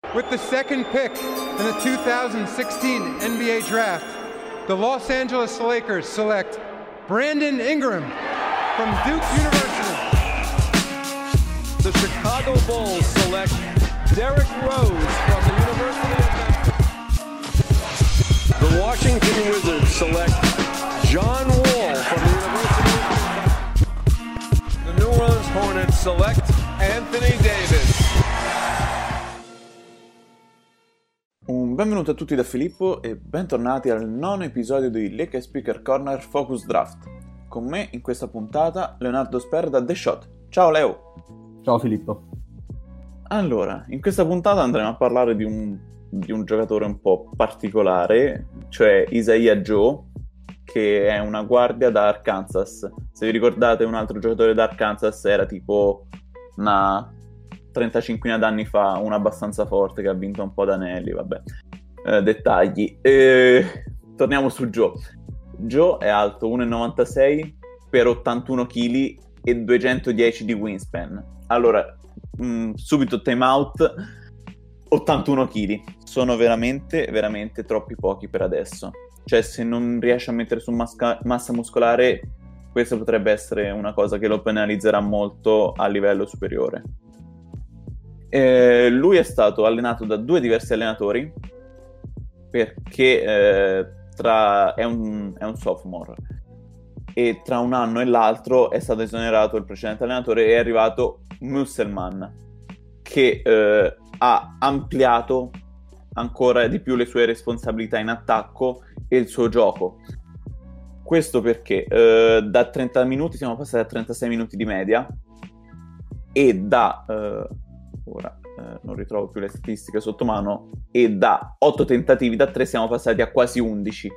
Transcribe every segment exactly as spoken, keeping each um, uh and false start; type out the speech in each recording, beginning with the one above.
With the second pick in the two thousand sixteen N B A Draft, the Los Angeles Lakers select Brandon Ingram from Duke University. The Chicago Bulls select Derrick Rose from the University of Memphis. The Washington Wizards select John Wall from the University of Memphis. The New Orleans Hornets select Anthony Davis. Un benvenuto a tutti da Filippo e bentornati al nono episodio di Lakers Speaker Corner Focus Draft. Con me in questa puntata Leonardo Sper da The Shot. Ciao Leo! Ciao Filippo! Allora, in questa puntata andremo a parlare di un, di un giocatore un po' particolare, cioè Isaiah Joe, che è una guardia da Arkansas. Se vi ricordate, un altro giocatore da Arkansas era tipo una trentacinque d'anni fa, uno abbastanza forte che ha vinto un po' d'anelli, vabbè, eh, dettagli. E... torniamo su Joe. Joe è alto uno virgola novantasei per ottantuno chili e duecentodieci di wingspan. Allora, mh, subito time out, ottantuno chili. Sono veramente, veramente troppi pochi per adesso. Cioè, se non riesce a mettere su masca- massa muscolare, questa potrebbe essere una cosa che lo penalizzerà molto a livello superiore. Eh, lui è stato allenato da due diversi allenatori perché eh, tra, è, un, è un sophomore e tra un anno e l'altro è stato esonerato il precedente allenatore e è arrivato Musselman, che eh, ha ampliato ancora di più le sue responsabilità in attacco e il suo gioco. Questo perché eh, da trenta minuti siamo passati a trentasei minuti di media e da eh, ora eh, non ritrovo più le statistiche sotto mano, e da otto tentativi da tre siamo passati a quasi undici,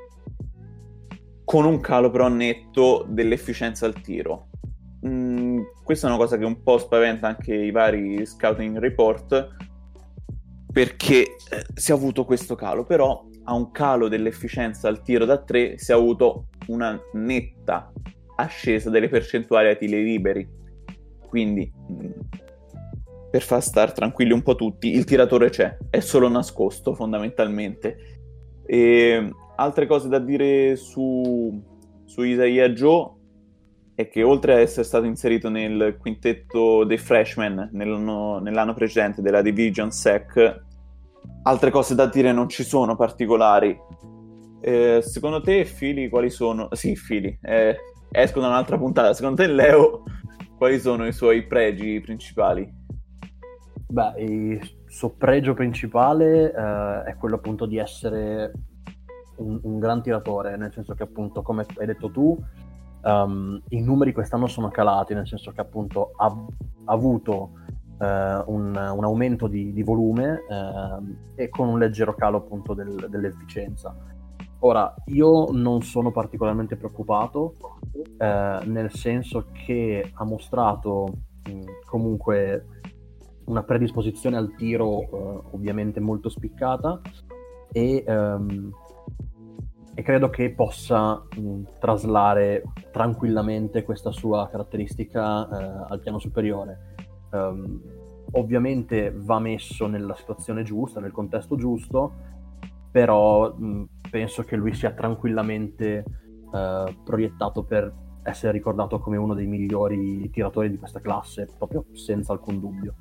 con un calo però netto dell'efficienza al tiro. Mm, questa è una cosa che un po' spaventa anche i vari scouting report, perché eh, si è avuto questo calo, però a un calo dell'efficienza al tiro da tre si è avuto una netta ascesa delle percentuali ai tiri liberi. Quindi mm, per far star tranquilli un po' tutti, il tiratore c'è, è solo nascosto fondamentalmente. E altre cose da dire su, su Isaiah Joe è che oltre a essere stato inserito nel quintetto dei freshman nell'anno, nell'anno precedente della Division S E C, altre cose da dire non ci sono particolari. Eh, secondo te, Fili, quali sono? Sì, Fili, eh, esco da un'altra puntata. Secondo te, Leo, quali sono i suoi pregi principali? Beh, il suo pregio principale eh, è quello appunto di essere un, un gran tiratore, nel senso che appunto, come hai detto tu, um, i numeri quest'anno sono calati, nel senso che appunto ha, ha avuto uh, un, un aumento di, di volume uh, e con un leggero calo appunto del, dell'efficienza. Ora, io non sono particolarmente preoccupato, uh, nel senso che ha mostrato mh, comunque una predisposizione al tiro uh, ovviamente molto spiccata e, um, e credo che possa mh, traslare tranquillamente questa sua caratteristica uh, al piano superiore. Um, ovviamente va messo nella situazione giusta, nel contesto giusto, però mh, penso che lui sia tranquillamente uh, proiettato per essere ricordato come uno dei migliori tiratori di questa classe, proprio senza alcun dubbio.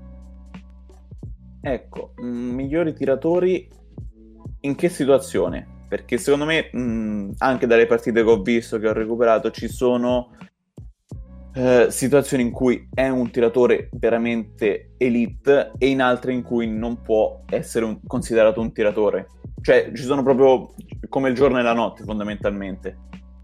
Ecco, mh, migliori tiratori in che situazione? Perché secondo me, mh, anche dalle partite che ho visto, che ho recuperato, ci sono eh, situazioni in cui è un tiratore veramente elite e in altre in cui non può essere un, considerato un tiratore. Cioè, ci sono proprio come il giorno e la notte, fondamentalmente.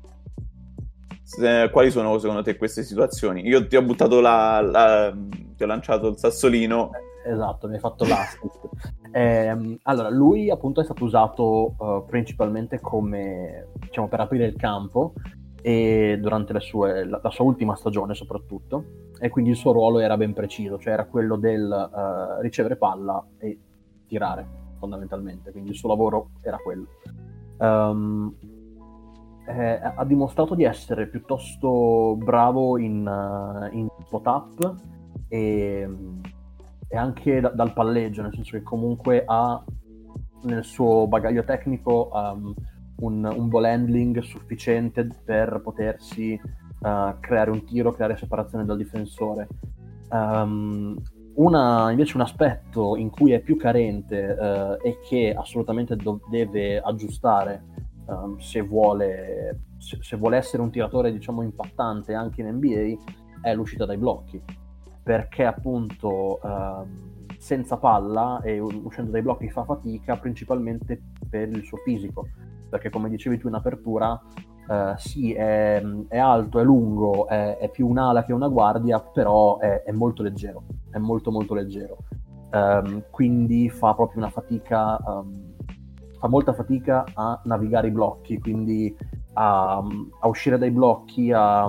Se, quali sono secondo te queste situazioni? Io ti ho buttato la, la ti ho lanciato il sassolino. Esatto, mi hai fatto l'assist. Eh, allora, lui appunto è stato usato uh, principalmente come, diciamo, per aprire il campo e durante le sue, la, la sua ultima stagione soprattutto, e quindi il suo ruolo era ben preciso, cioè era quello del uh, ricevere palla e tirare fondamentalmente, quindi il suo lavoro era quello. Um, eh, ha dimostrato di essere piuttosto bravo in, uh, in spot up e e anche da, dal palleggio, nel senso che comunque ha nel suo bagaglio tecnico um, un, un ball handling sufficiente per potersi uh, creare un tiro, creare separazione dal difensore. Um, una, invece un aspetto in cui è più carente uh, e che assolutamente do- deve aggiustare um, se vuole se, se vuole essere un tiratore, diciamo, impattante anche in N B A, è l'uscita dai blocchi, perché appunto uh, senza palla e uscendo dai blocchi fa fatica, principalmente per il suo fisico, perché come dicevi tu in apertura, uh, sì, è, è alto, è lungo, è, è più un'ala che una guardia, però è, è molto leggero, è molto molto leggero, um, quindi fa proprio una fatica, um, fa molta fatica a navigare i blocchi, quindi a, a uscire dai blocchi, a,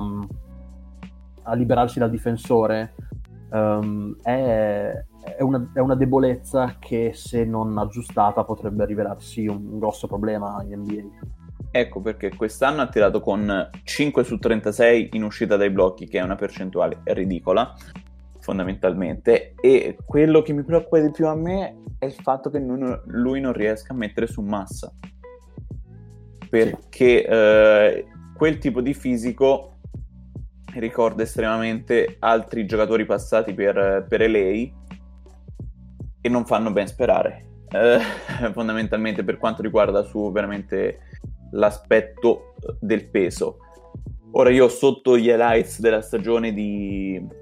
a liberarsi dal difensore. Um, è, è, una, è una debolezza che, se non aggiustata, potrebbe rivelarsi un, un grosso problema in N B A. Ecco perché quest'anno ha tirato con cinque su trentasei in uscita dai blocchi, che è una percentuale ridicola fondamentalmente, e quello che mi preoccupa di più a me è il fatto che lui, lui non riesca a mettere su massa, perché sì. eh, quel tipo di fisico ricorda estremamente altri giocatori passati per, per L A e non fanno ben sperare, eh, fondamentalmente per quanto riguarda su veramente l'aspetto del peso. Ora io sotto gli highlights della stagione di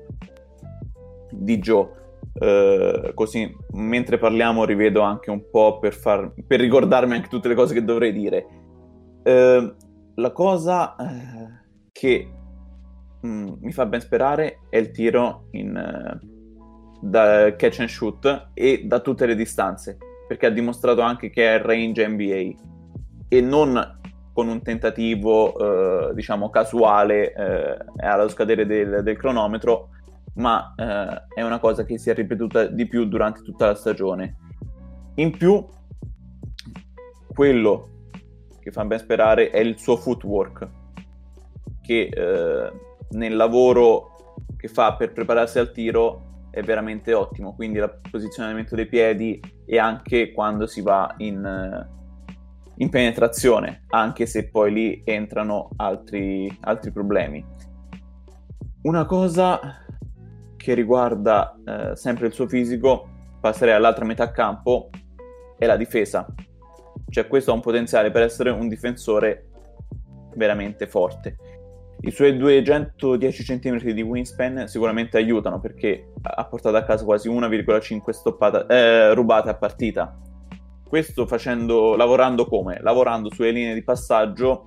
di Joe, eh, così mentre parliamo rivedo anche un po' per far per ricordarmi anche tutte le cose che dovrei dire. Eh, la cosa eh, che mh, mi fa ben sperare è il tiro in uh, da catch and shoot e da tutte le distanze, perché ha dimostrato anche che è range N B A e non con un tentativo eh, diciamo casuale eh, allo scadere del, del cronometro, ma eh, è una cosa che si è ripetuta di più durante tutta la stagione. In più, quello che fa ben sperare è il suo footwork, che eh, nel lavoro che fa per prepararsi al tiro è veramente ottimo, quindi il posizionamento dei piedi e anche quando si va in, in penetrazione, anche se poi lì entrano altri, altri problemi. Una cosa che riguarda eh, sempre il suo fisico, passerei all'altra metà campo, è la difesa. Cioè questo ha un potenziale per essere un difensore veramente forte. I suoi duecentodieci centimetri di wingspan sicuramente aiutano, perché ha portato a casa quasi uno virgola cinque stoppata, eh, rubate a partita. Questo facendo, lavorando come? Lavorando sulle linee di passaggio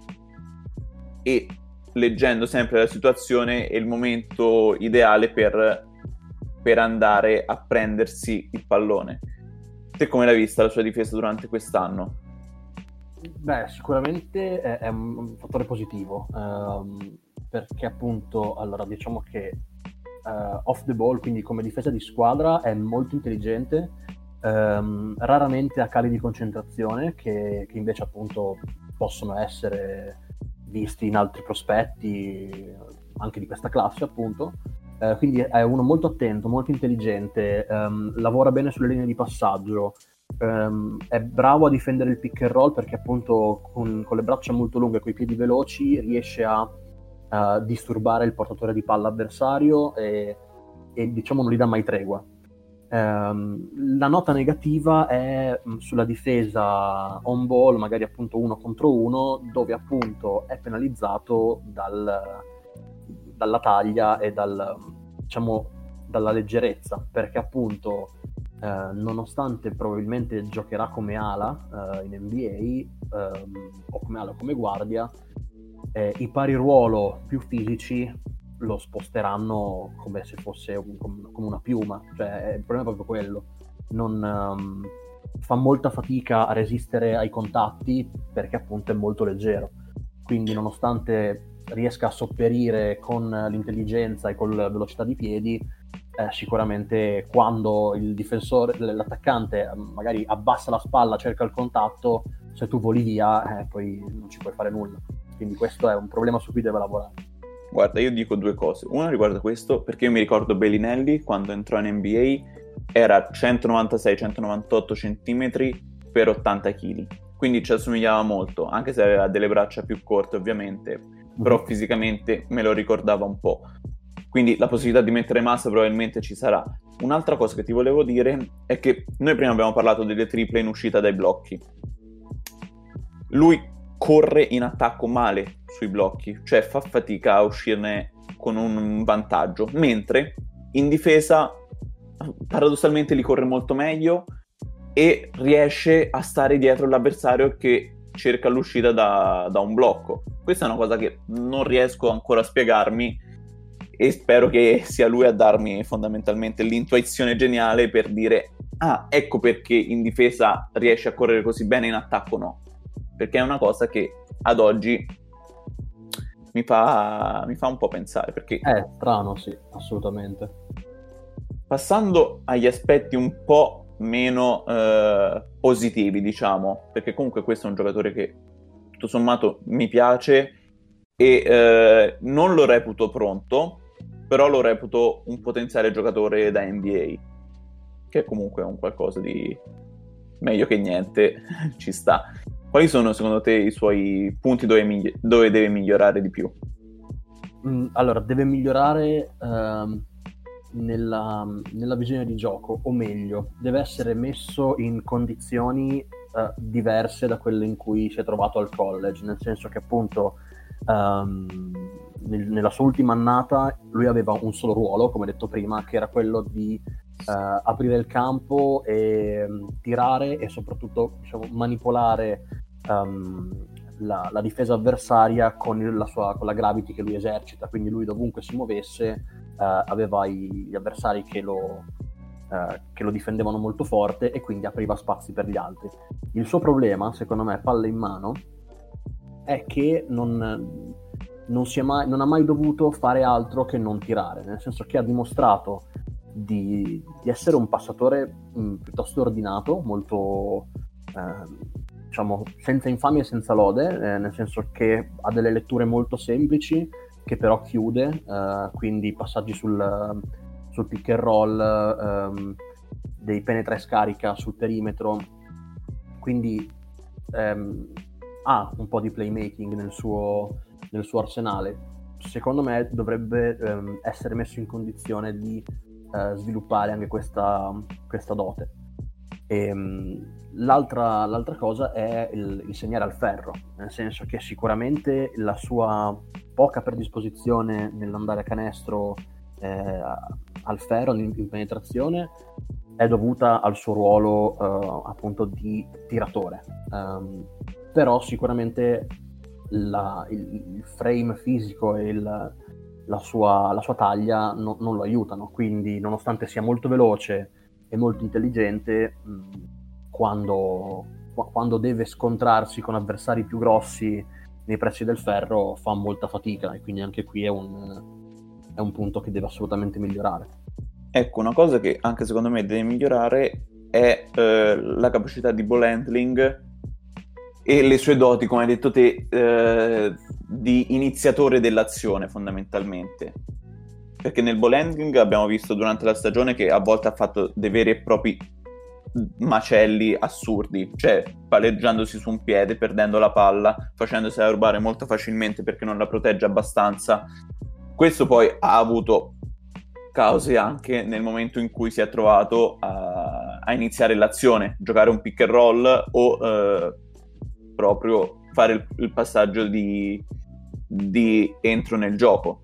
e leggendo sempre la situazione e il momento ideale per, per andare a prendersi il pallone. Te come l'hai vista la sua difesa durante quest'anno? Beh, sicuramente è, è un fattore positivo, um, perché appunto, allora diciamo che uh, off the ball, quindi come difesa di squadra, è molto intelligente, um, raramente ha cali di concentrazione che, che invece appunto possono essere visti in altri prospetti anche di questa classe appunto, uh, quindi è uno molto attento, molto intelligente, um, lavora bene sulle linee di passaggio. Um, è bravo a difendere il pick and roll, perché appunto con, con le braccia molto lunghe e coi piedi veloci riesce a uh, disturbare il portatore di palla avversario e, e diciamo non gli dà mai tregua. Um, la nota negativa è um, sulla difesa on ball, magari appunto uno contro uno, dove appunto è penalizzato dal, dalla taglia e dal, diciamo, dalla leggerezza, perché appunto Uh, nonostante probabilmente giocherà come ala uh, in N B A um, o come ala o come guardia, eh, i pari ruolo più fisici lo sposteranno come se fosse un, come una piuma, cioè il problema è proprio quello. Non um, fa molta fatica a resistere ai contatti perché appunto è molto leggero, quindi nonostante riesca a sopperire con l'intelligenza e con la velocità di piedi, Eh, sicuramente quando il difensore, l'attaccante magari abbassa la spalla, cerca il contatto, se tu voli via eh, poi non ci puoi fare nulla, quindi questo è un problema su cui deve lavorare. Guarda, io dico due cose. Una riguarda questo, perché io mi ricordo Bellinelli quando entrò in N B A era centonovantasei centonovantotto centimetri per ottanta chili, quindi ci assomigliava molto, anche se aveva delle braccia più corte ovviamente, però mm-hmm. fisicamente me lo ricordava un po'. Quindi la possibilità di mettere massa probabilmente ci sarà. Un'altra cosa che ti volevo dire è che noi prima abbiamo parlato delle triple in uscita dai blocchi. Lui corre in attacco male sui blocchi, cioè fa fatica a uscirne con un vantaggio, mentre in difesa paradossalmente li corre molto meglio e riesce a stare dietro l'avversario che cerca l'uscita da, da un blocco. Questa è una cosa che non riesco ancora a spiegarmi e spero che sia lui a darmi fondamentalmente l'intuizione geniale per dire ah, ecco perché in difesa riesce a correre così bene, in attacco no, perché è una cosa che ad oggi mi fa, mi fa un po' pensare, perché è strano, sì, assolutamente. Passando agli aspetti un po' meno eh, positivi, diciamo, perché comunque questo è un giocatore che tutto sommato mi piace e eh, non lo reputo pronto, però lo reputo un potenziale giocatore da N B A, che comunque è un qualcosa di meglio che niente, ci sta. Quali sono secondo te i suoi punti dove, migli- dove deve migliorare di più? Mm, allora, deve migliorare ehm, nella, nella visione di gioco, o meglio, deve essere messo in condizioni eh, diverse da quelle in cui si è trovato al college, nel senso che appunto Um, nel, nella sua ultima annata lui aveva un solo ruolo, come detto prima, che era quello di uh, aprire il campo e um, tirare e soprattutto, diciamo, manipolare um, la, la difesa avversaria con, il, la sua, con la gravity che lui esercita, quindi lui dovunque si muovesse uh, aveva i, gli avversari che lo, uh, che lo difendevano molto forte e quindi apriva spazi per gli altri. Il suo problema, secondo me, palle in mano, è che non, non, si è mai, non ha mai dovuto fare altro che non tirare, nel senso che ha dimostrato di, di essere un passatore mh, piuttosto ordinato, molto eh, diciamo senza infamia e senza lode, eh, nel senso che ha delle letture molto semplici che però chiude, eh, quindi passaggi sul, sul pick and roll, ehm, dei penetra e scarica sul perimetro, quindi ehm, ha un po' di playmaking nel suo, nel suo arsenale. Secondo me dovrebbe ehm, essere messo in condizione di eh, sviluppare anche questa, questa dote. E, mh, l'altra, l'altra cosa è il, il segnare al ferro, nel senso che sicuramente la sua poca predisposizione nell'andare a canestro eh, al ferro, in, in penetrazione, è dovuta al suo ruolo eh, appunto di tiratore. Um, però sicuramente la, il, il frame fisico e il, la, sua, la sua taglia no, non lo aiutano, quindi nonostante sia molto veloce e molto intelligente, mh, quando, quando deve scontrarsi con avversari più grossi nei pressi del ferro fa molta fatica, e quindi anche qui è un, è un punto che deve assolutamente migliorare. Ecco, una cosa che anche secondo me deve migliorare è eh, la capacità di ball handling e le sue doti, come hai detto te, eh, di iniziatore dell'azione fondamentalmente. Perché nel ball handling abbiamo visto durante la stagione che a volte ha fatto dei veri e propri macelli assurdi, cioè palleggiandosi su un piede, perdendo la palla, facendosela rubare molto facilmente perché non la protegge abbastanza. Questo poi ha avuto cause anche nel momento in cui si è trovato a, a iniziare l'azione, giocare un pick and roll o eh, proprio fare il, il passaggio di, di entro nel gioco.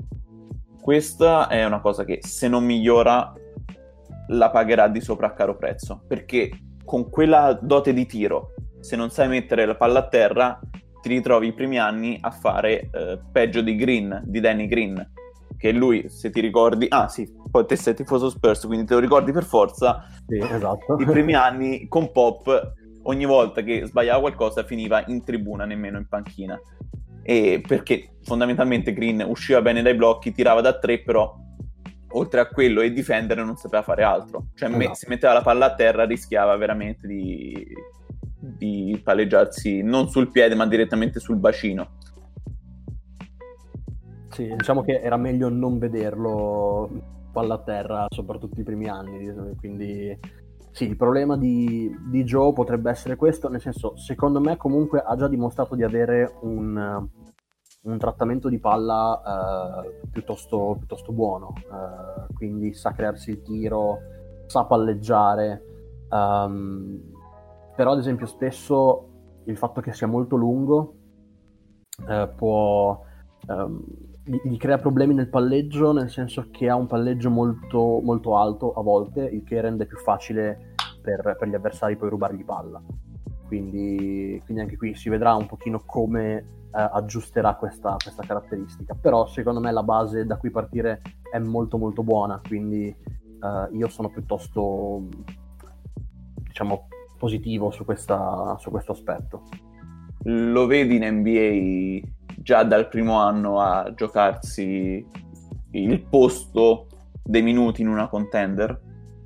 Questa è una cosa che se non migliora la pagherà di sopra a caro prezzo, perché con quella dote di tiro, se non sai mettere la palla a terra, ti ritrovi i primi anni a fare eh, peggio di Green, di Danny Green, che lui, se ti ricordi, ah sì, poi te sei tifoso Spurs, quindi te lo ricordi per forza. Sì, esatto. I primi anni con Pop, ogni volta che sbagliava qualcosa finiva in tribuna, nemmeno in panchina, e perché fondamentalmente Green usciva bene dai blocchi, tirava da tre, però oltre a quello e difendere non sapeva fare altro, cioè esatto. me, se metteva la palla a terra rischiava veramente di, di palleggiarsi non sul piede ma direttamente sul bacino. Sì, diciamo che era meglio non vederlo palla a terra, soprattutto i primi anni, quindi sì, il problema di, di Joe potrebbe essere questo, nel senso, secondo me comunque ha già dimostrato di avere un, un trattamento di palla eh, piuttosto, piuttosto buono, eh, quindi sa crearsi il tiro, sa palleggiare, um, però ad esempio spesso il fatto che sia molto lungo eh, può... Um, gli crea problemi nel palleggio, nel senso che ha un palleggio molto, molto alto a volte, il che rende più facile per, per gli avversari poi rubargli palla. Quindi, quindi anche qui si vedrà un pochino come eh, aggiusterà questa, questa caratteristica. Però secondo me la base da cui partire è molto molto buona, quindi eh, io sono piuttosto, diciamo, positivo su, questa, su questo aspetto. Lo vedi in N B A già dal primo anno a giocarsi il posto dei minuti in una contender?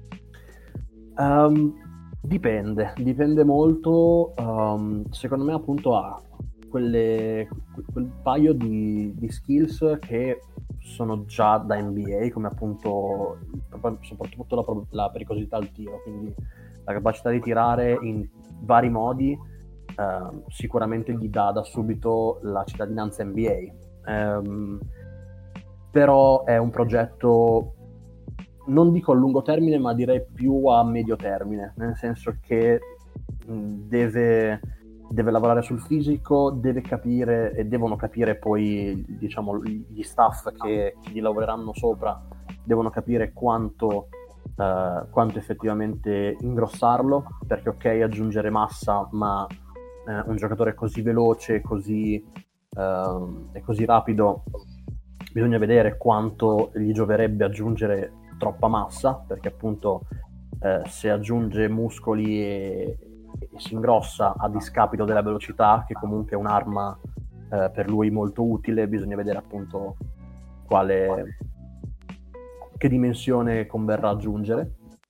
Um, dipende, dipende molto. Um, secondo me appunto ha quelle, quel paio di, di skills che sono già da N B A, come appunto soprattutto la, la pericolosità al tiro, quindi la capacità di tirare in vari modi. Uh, sicuramente gli dà da subito la cittadinanza N B A, um, però è un progetto, non dico a lungo termine, ma direi più a medio termine, nel senso che mh, deve, deve lavorare sul fisico, deve capire e devono capire poi, diciamo, gli staff che, che gli lavoreranno sopra devono capire quanto, uh, quanto effettivamente ingrossarlo, perché ok aggiungere massa, ma Uh, un giocatore così veloce, così uh, e così rapido, bisogna vedere quanto gli gioverebbe aggiungere troppa massa, perché appunto uh, se aggiunge muscoli e, e si ingrossa a discapito della velocità, che comunque è un'arma uh, per lui molto utile, bisogna vedere appunto quale, che dimensione converrà aggiungere.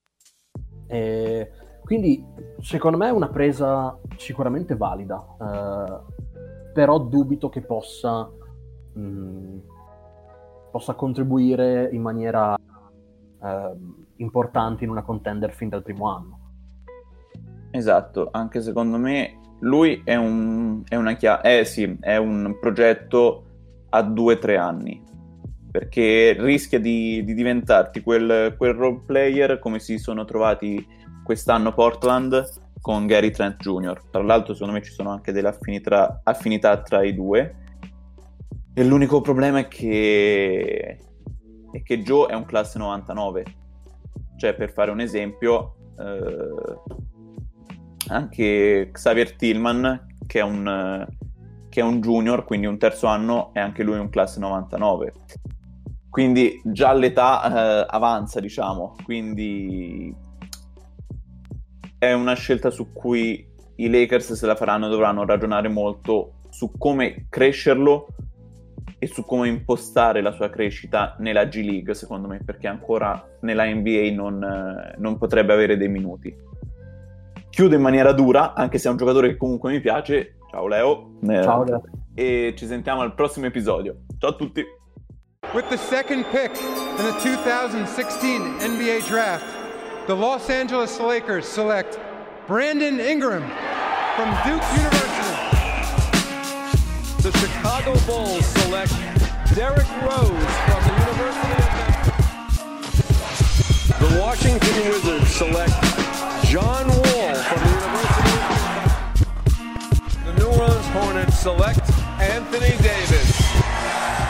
E quindi secondo me è una presa sicuramente valida, eh, però dubito che possa, mh, possa contribuire in maniera eh, importante in una contender fin dal primo anno. Esatto, anche secondo me lui è un, è una chiave, eh sì, è un progetto a due o tre anni, perché rischia di, di diventarti quel, quel role player come si sono trovati quest'anno Portland con Gary Trent Junior Tra l'altro secondo me ci sono anche delle affinità, affinità tra i due, e l'unico problema è che è che Joe è un classe novantanove, cioè per fare un esempio eh, anche Xavier Tillman che è un che è un junior, quindi un terzo anno, è anche lui un classe novantanove, quindi già l'età eh, avanza, diciamo, quindi è una scelta su cui i Lakers, se la faranno, dovranno ragionare molto su come crescerlo e su come impostare la sua crescita nella G League, secondo me, perché ancora nella N B A non, eh, non potrebbe avere dei minuti. Chiudo in maniera dura, anche se è un giocatore che comunque mi piace. Ciao Leo. Ciao Leo. E ci sentiamo al prossimo episodio. Ciao a tutti. With the second pick in the two thousand sixteen N B A Draft, the Los Angeles Lakers select Brandon Ingram from Duke University. The Chicago Bulls select Derrick Rose from the University of Memphis. The Washington Wizards select John Wall from the University of Memphis. The New Orleans Hornets select Anthony Davis.